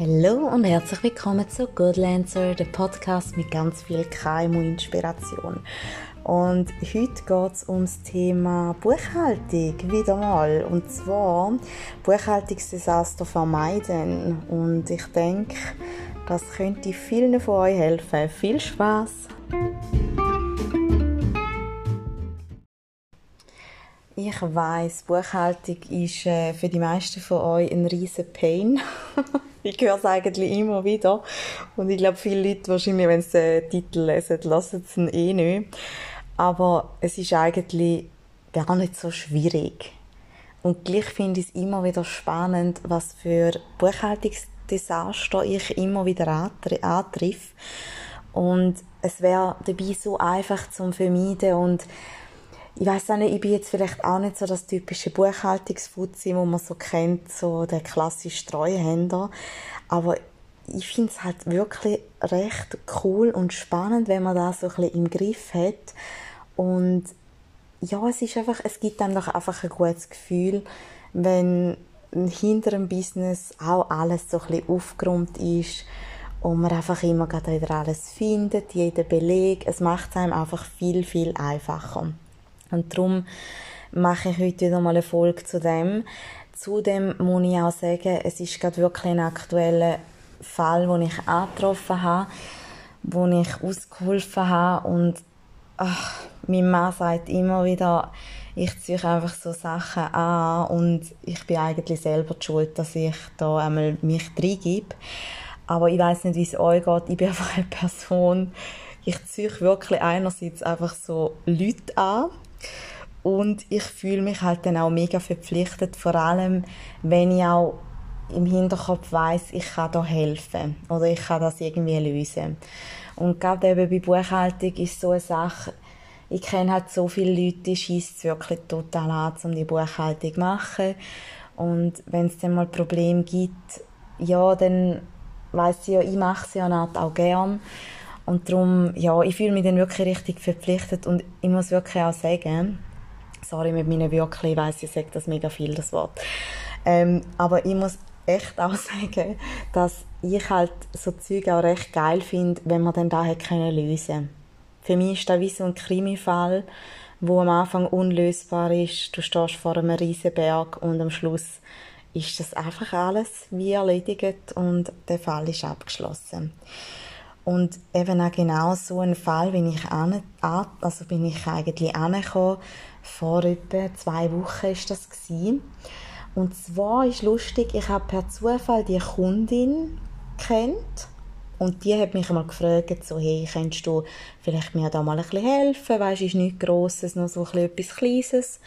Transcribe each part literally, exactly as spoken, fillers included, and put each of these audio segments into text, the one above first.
Hallo und herzlich willkommen zu Goodlancer, der Podcast mit ganz viel K M U-Inspiration. Und heute geht es um das Thema Buchhaltung, wieder mal. Und zwar Buchhaltungsdesaster vermeiden. Und ich denke, das könnte vielen von euch helfen. Viel Spaß! Ich weiss, Buchhaltung ist äh, für die meisten von euch ein riesen Pain. Ich höre es eigentlich immer wieder. Und ich glaube, viele Leute wahrscheinlich, wenn sie den Titel lesen, lassen sie ihn eh nicht. Aber es ist eigentlich gar nicht so schwierig. Und gleich finde ich es immer wieder spannend, was für Buchhaltungsdesaster ich immer wieder antreffe. Und es wäre dabei so einfach zum Vermeiden. Und ich weiss auch nicht, ich bin jetzt vielleicht auch nicht so das typische Buchhaltungsfuzzi, wo man so kennt, so der klassische Treuhänder. Aber ich finde es halt wirklich recht cool und spannend, wenn man das so ein bisschen im Griff hat. Und ja, es ist einfach, es gibt einem doch einfach ein gutes Gefühl, wenn hinter dem Business auch alles so ein bisschen aufgeräumt ist und man einfach immer wieder alles findet, jeden Beleg. Es macht es einem einfach viel, viel einfacher. Und darum mache ich heute wieder mal eine Folge zu dem. Zudem muss ich auch sagen, es ist gerade wirklich ein aktueller Fall, den ich angetroffen habe, wo ich ausgeholfen habe. Und ach, mein Mann sagt immer wieder, ich ziehe einfach so Sachen an und ich bin eigentlich selber die schuld, dass ich da einmal mich reingebe. Aber ich weiss nicht, wie es euch geht. Ich bin einfach eine Person, ich ziehe wirklich einerseits einfach so Leute an, und ich fühle mich halt dann auch mega verpflichtet, vor allem, wenn ich auch im Hinterkopf weiss, ich kann da helfen oder ich kann das irgendwie lösen. Und gerade eben bei Buchhaltung ist so eine Sache, ich kenne halt so viele Leute, die schiessen es wirklich total an, um die Buchhaltung zu machen. Und wenn es dann mal Probleme gibt, ja, dann weiss ich ja, ich mache es ja auch gern. Und darum, ja, ich fühle mich dann wirklich richtig verpflichtet und ich muss wirklich auch sagen, sorry mit meinen wirklich, ich weiss, ich sage das mega viel, das Wort, ähm, aber ich muss echt auch sagen, dass ich halt so Zeug auch recht geil finde, wenn man dann da hätte können lösen. Für mich ist das wie so ein Krimi-Fall, wo am Anfang unlösbar ist, du stehst vor einem riesen Berg und am Schluss ist das einfach alles wie erledigt und der Fall ist abgeschlossen. Und eben auch genau so ein Fall bin ich an, also bin ich eigentlich angekommen. Vor etwa zwei Wochen ist das gewesen. Und zwar ist lustig, ich habe per Zufall die Kundin kennt und die hat mich einmal gefragt, so, hey, könntest du vielleicht mir da mal ein bisschen helfen? Weisst, ist nichts Grosses, nur so ein bisschen etwas Kleines.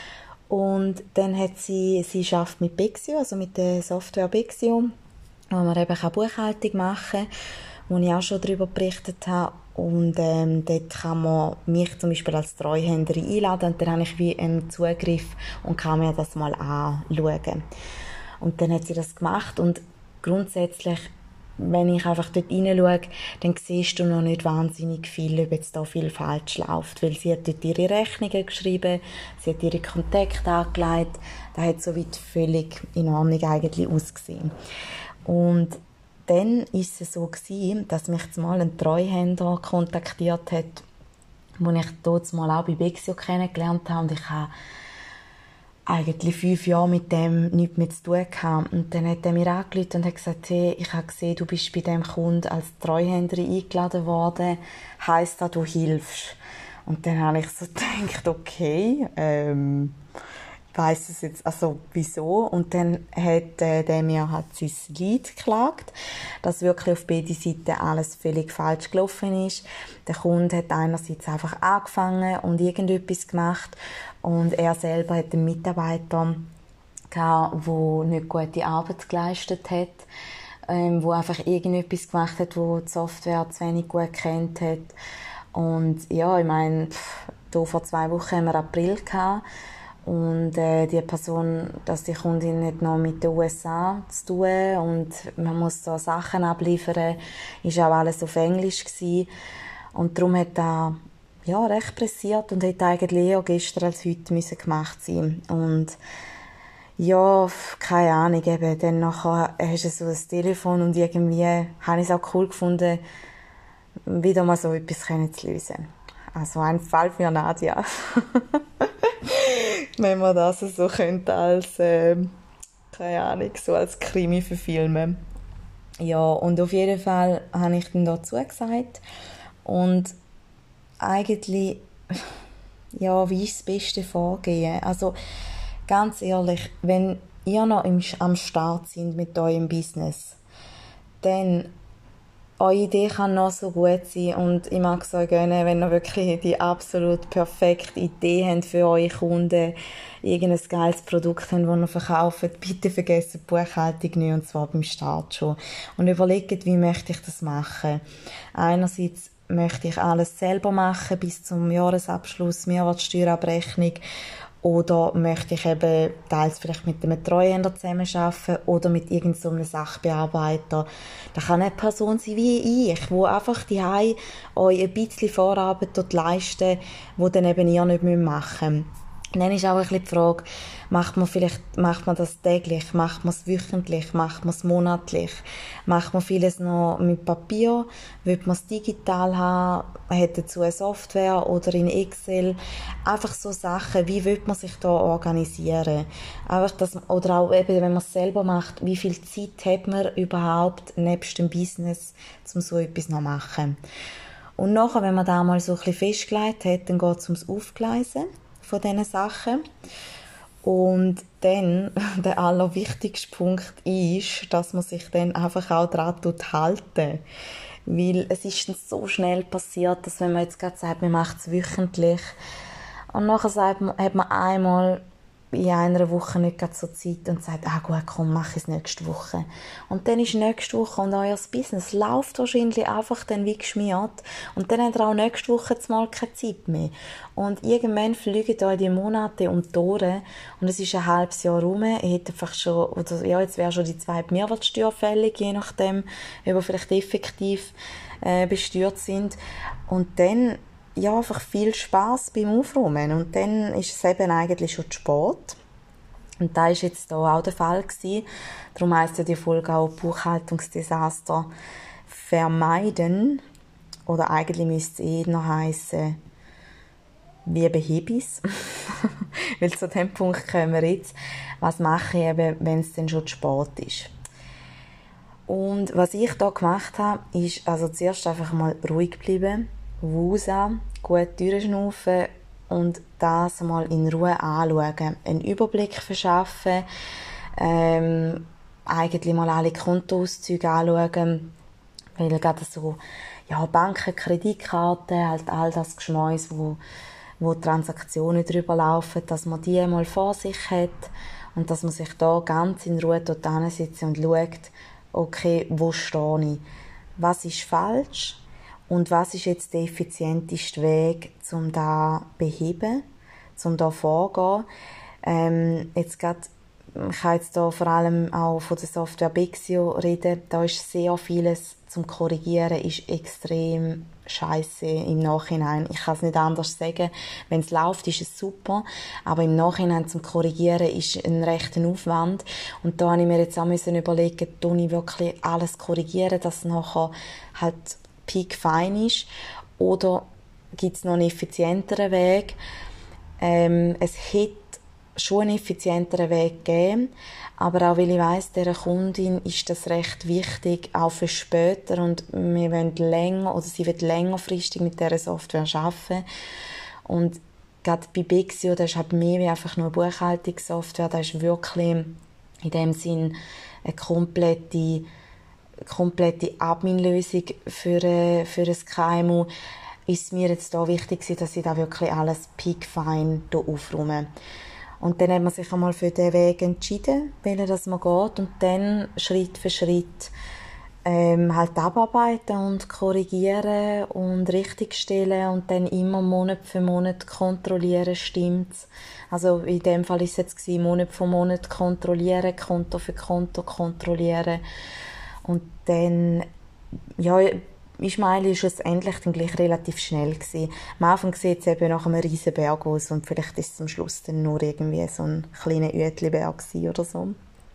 Und dann hat sie, sie arbeitet mit Bexio, also mit der Software Bexio, wo man eben Buchhaltung machen kann, wo ich auch schon darüber berichtet habe. Und ähm, dort kann man mich zum Beispiel als Treuhänderin einladen und dann habe ich wie einen Zugriff und kann mir das mal anschauen. Und dann hat sie das gemacht und grundsätzlich, wenn ich einfach dort reinschaue, dann siehst du noch nicht wahnsinnig viel, ob jetzt da viel falsch läuft, weil sie hat dort ihre Rechnungen geschrieben, sie hat ihre Kontakte angelegt, das hat soweit völlig in Ordnung eigentlich ausgesehen. Und dann war es so gewesen, dass mich mal ein Treuhänder kontaktiert hat, den ich dort mal auch bei Bexio kennengelernt habe. Und ich habe eigentlich fünf Jahre mit dem nichts mehr zu tun gehabt. Und dann hat er mir angerufen und hat gesagt, hey, ich habe gesehen, du bist bei diesem Kunden als Treuhänderin eingeladen worden. Heisst das, du hilfst? Und dann habe ich so gedacht, okay, ähm, ich weiss es jetzt, also wieso? Und dann hat äh, der mir hat sein Leid geklagt, dass wirklich auf beiden Seiten alles völlig falsch gelaufen ist. Der Kunde hat einerseits einfach angefangen und irgendetwas gemacht und er selber hat einen Mitarbeiter gehabt, der nicht gute Arbeit geleistet hat, ähm, wo einfach irgendetwas gemacht hat, wo die Software zu wenig gut kennt hat. Und ja, ich meine, hier vor zwei Wochen haben wir April gehabt. Und äh, die Person, dass die Kundin hat noch mit den U S A zu tun und man muss so Sachen abliefern, ist auch alles auf Englisch gewesen. Und darum hat er ja, recht pressiert und hätte eigentlich eher gestern als heute müssen gemacht sein. Und Ja, f- keine Ahnung, eben, dann nachher hast du so ein Telefon und irgendwie habe ich es auch cool gefunden, wieder mal so etwas können zu lösen. Also ein Fall für Nadia. Wenn man das so könnte als, ähm, keine Ahnung, so als Krimi verfilmen. Ja, und auf jeden Fall habe ich dann dazu gesagt. Und eigentlich, ja, wie ist das beste Vorgehen? Also, ganz ehrlich, wenn ihr noch im, am Start sind mit eurem Business, dann eure Idee kann noch so gut sein und ich mag es euch gönnen, wenn ihr wirklich die absolut perfekte Idee habt für eure Kunden, irgendein geiles Produkt habt, das ihr verkauft, bitte vergesst die Buchhaltung nicht, und zwar beim Start schon. Und überlegt, wie möchte ich das machen. Einerseits möchte ich alles selber machen, bis zum Jahresabschluss, Mehrwertsteuerabrechnung, oder möchte ich eben teils vielleicht mit einem Treuhänder zusammenarbeiten oder mit irgendeinem so einem Sachbearbeiter. Das kann eine Person sein wie ich, die einfach daheim euch ein bisschen Vorarbeit dort leisten, die dann eben ihr nicht machen müsst. Dann ist auch ein bisschen die Frage, macht man vielleicht, macht man das täglich, macht man es wöchentlich, macht man es monatlich, macht man vieles noch mit Papier, will man es digital haben, hat dazu eine Software oder in Excel, einfach so Sachen, wie will man sich da organisieren? Einfach das, oder auch eben, wenn man es selber macht, wie viel Zeit hat man überhaupt nebst dem Business, um so etwas noch zu machen? Und nachher, wenn man da mal so ein bisschen festgelegt hat, dann geht es ums Aufgleisen von diesen Sachen. Und dann, der allerwichtigste Punkt ist, dass man sich dann einfach auch daran halten. Weil es ist dann so schnell passiert, dass wenn man jetzt gerade sagt, man macht es wöchentlich, und nachher sagt man, hat man einmal in einer Woche nicht gerade so Zeit und sagt, ah gut, komm, mach ich es nächste Woche. Und dann ist nächste Woche und euer Business läuft wahrscheinlich einfach dann wie geschmiert. Und dann habt ihr auch nächste Woche mal keine Zeit mehr. Und irgendwann fliegen euch die Monate um die Ohren und es ist ein halbes Jahr rum. Ihr hättet einfach schon, oder ja, jetzt wäre schon die zweite Mehrwertsteuer fällig, je nachdem, ob ihr vielleicht effektiv äh, besteuert sind. Und dann ja, einfach viel Spass beim Aufräumen. Und dann ist es eben eigentlich schon zu spät. Und da war jetzt hier auch der Fall gewesen. Darum heisst ja die Folge auch Buchhaltungsdesaster vermeiden. Oder eigentlich müsste es eher heissen, wie behebe ich es? Weil zu dem Punkt kommen wir jetzt. Was mache ich eben, wenn es dann schon zu spät ist? Und was ich da gemacht habe, ist also zuerst einfach mal ruhig bleiben, Wusa, gut durchschnaufen und das mal in Ruhe anschauen. Einen Überblick verschaffen, ähm, eigentlich mal alle Kontoauszüge anschauen, weil gerade so, ja, Banken, Kreditkarten, halt all das Geschmäus, wo, wo Transaktionen drüber laufen, dass man die mal vor sich hat und dass man sich da ganz in Ruhe dort hinsitzt und schaut, okay, wo stehe ich? Was ist falsch? Und was ist jetzt der effizienteste Weg, um da zu beheben, um da vorzugehen? Ähm, jetzt grad, ich kann jetzt da vor allem auch von der Software Bexio reden. Da ist sehr vieles zum Korrigieren, ist extrem scheiße im Nachhinein. Ich kann es nicht anders sagen. Wenn es läuft, ist es super. Aber im Nachhinein zum Korrigieren ist ein rechter Aufwand. Und da habe ich mir jetzt auch müssen überlegen, tue ich wirklich alles korrigieren, dass es nachher halt peak fein ist, oder gibt es noch einen effizienteren Weg? Ähm, es hätte schon einen effizienteren Weg gegeben, aber auch weil ich weiss, dieser Kundin ist das recht wichtig, auch für später, und wir wollen länger, oder sie wird längerfristig mit dieser Software arbeiten. Und gerade bei Bexio, das ist halt mehr wie einfach nur Buchhaltungssoftware, das ist wirklich in dem Sinn eine komplette komplette Admin-Lösung für, äh, für ein K M U, ist mir jetzt da wichtig gewesen, dass ich da wirklich alles piekfein aufräume. Und dann hat man sich einmal für den Weg entschieden, welchen das man geht, und dann Schritt für Schritt ähm, halt abarbeiten und korrigieren und richtigstellen und dann immer Monat für Monat kontrollieren, stimmt's. Also in dem Fall ist es jetzt gewesen, Monat für Monat kontrollieren, Konto für Konto kontrollieren. Und dann, ja, mein Smiley ist schlussendlich dann gleich relativ schnell gewesen. Am Anfang sieht es eben nach einem riesen Berg aus und vielleicht ist es am Schluss dann nur irgendwie so ein kleiner Uetli-Berg oder so.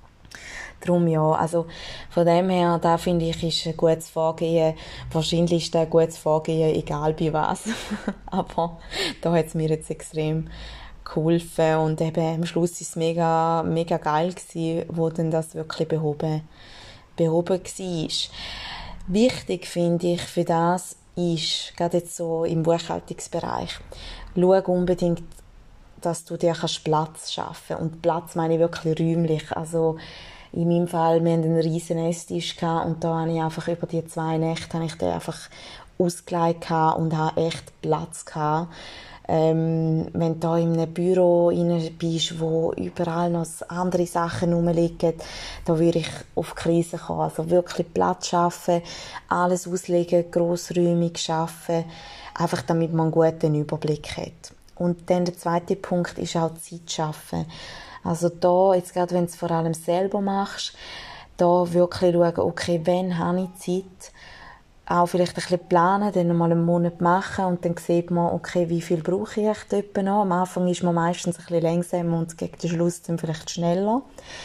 Darum ja, also von dem her, da finde ich, ist ein gutes Vorgehen. Wahrscheinlich ist das ein gutes Vorgehen, egal bei was. Aber da hat es mir jetzt extrem geholfen und eben am Schluss ist es mega, mega geil gewesen, wo dann das wirklich behoben, behoben war. Wichtig finde ich für das ist, gerade jetzt so im Buchhaltungsbereich, schau unbedingt, dass du dir Platz schaffen kannst. Und Platz meine ich wirklich räumlich. Also in meinem Fall, wir hatten einen riesen Esstisch und da habe ich einfach über die zwei Nächte habe ich den einfach ausgelegt und habe echt Platz gehabt. Ähm, wenn du da in einem Büro rein bist, wo überall noch andere Sachen rumliegen, da würde ich auf die Krise kommen. Also wirklich Platz schaffen, alles auslegen, grossräumig schaffen, einfach damit man einen guten Überblick hat. Und dann der zweite Punkt ist auch Zeit schaffen. Also da, jetzt gerade wenn du es vor allem selber machst, da wirklich schauen, okay, wann habe ich Zeit, auch vielleicht ein bisschen planen, dann mal einen Monat machen und dann sieht man, okay, wie viel brauche ich echt etwa noch. Am Anfang ist man meistens ein bisschen langsamer und gegen den Schluss dann vielleicht schneller.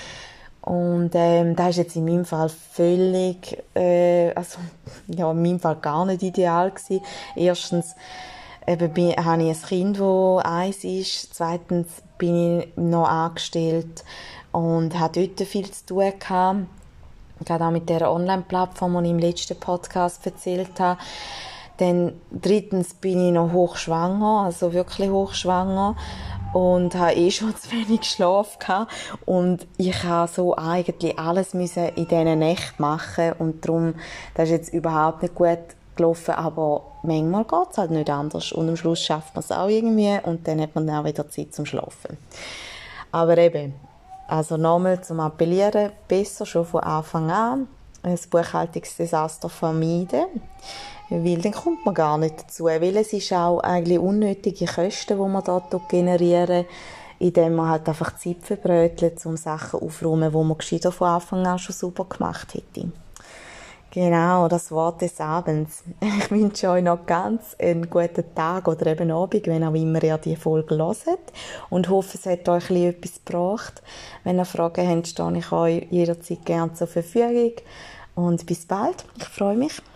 Und ähm, das ist jetzt in meinem Fall völlig, äh, also ja, in meinem Fall gar nicht ideal gewesen. Erstens eben bin, habe ich ein Kind, das eins ist. Zweitens bin ich noch angestellt und hatte dort viel zu tun gehabt. Gerade auch mit dieser Online-Plattform, die ich im letzten Podcast erzählt habe. Dann drittens bin ich noch hochschwanger, also wirklich hochschwanger. Und habe eh schon zu wenig Schlaf gehabt. Und ich habe so eigentlich alles müssen in diesen Nächten machen. Und darum, das ist jetzt überhaupt nicht gut gelaufen. Aber manchmal geht es halt nicht anders. Und am Schluss schafft man es auch irgendwie. Und dann hat man dann auch wieder Zeit zum Schlafen. Aber eben, also nochmal zum Appellieren, besser schon von Anfang an ein Buchhaltungsdesaster vermeiden, weil dann kommt man gar nicht dazu, weil es ist auch eigentlich unnötige Kosten, die man dort generieren, indem man halt einfach Zeit verbrötelt, um Sachen aufzuräumen, die man gescheiter von Anfang an schon sauber gemacht hätte. Genau, das Wort des Abends. Ich wünsche euch noch ganz einen guten Tag oder eben Abend, wenn auch immer ihr die Folge hört. Und hoffe, es hat euch etwas gebracht. Wenn ihr Fragen habt, stehe ich euch jederzeit gerne zur Verfügung. Und bis bald. Ich freue mich.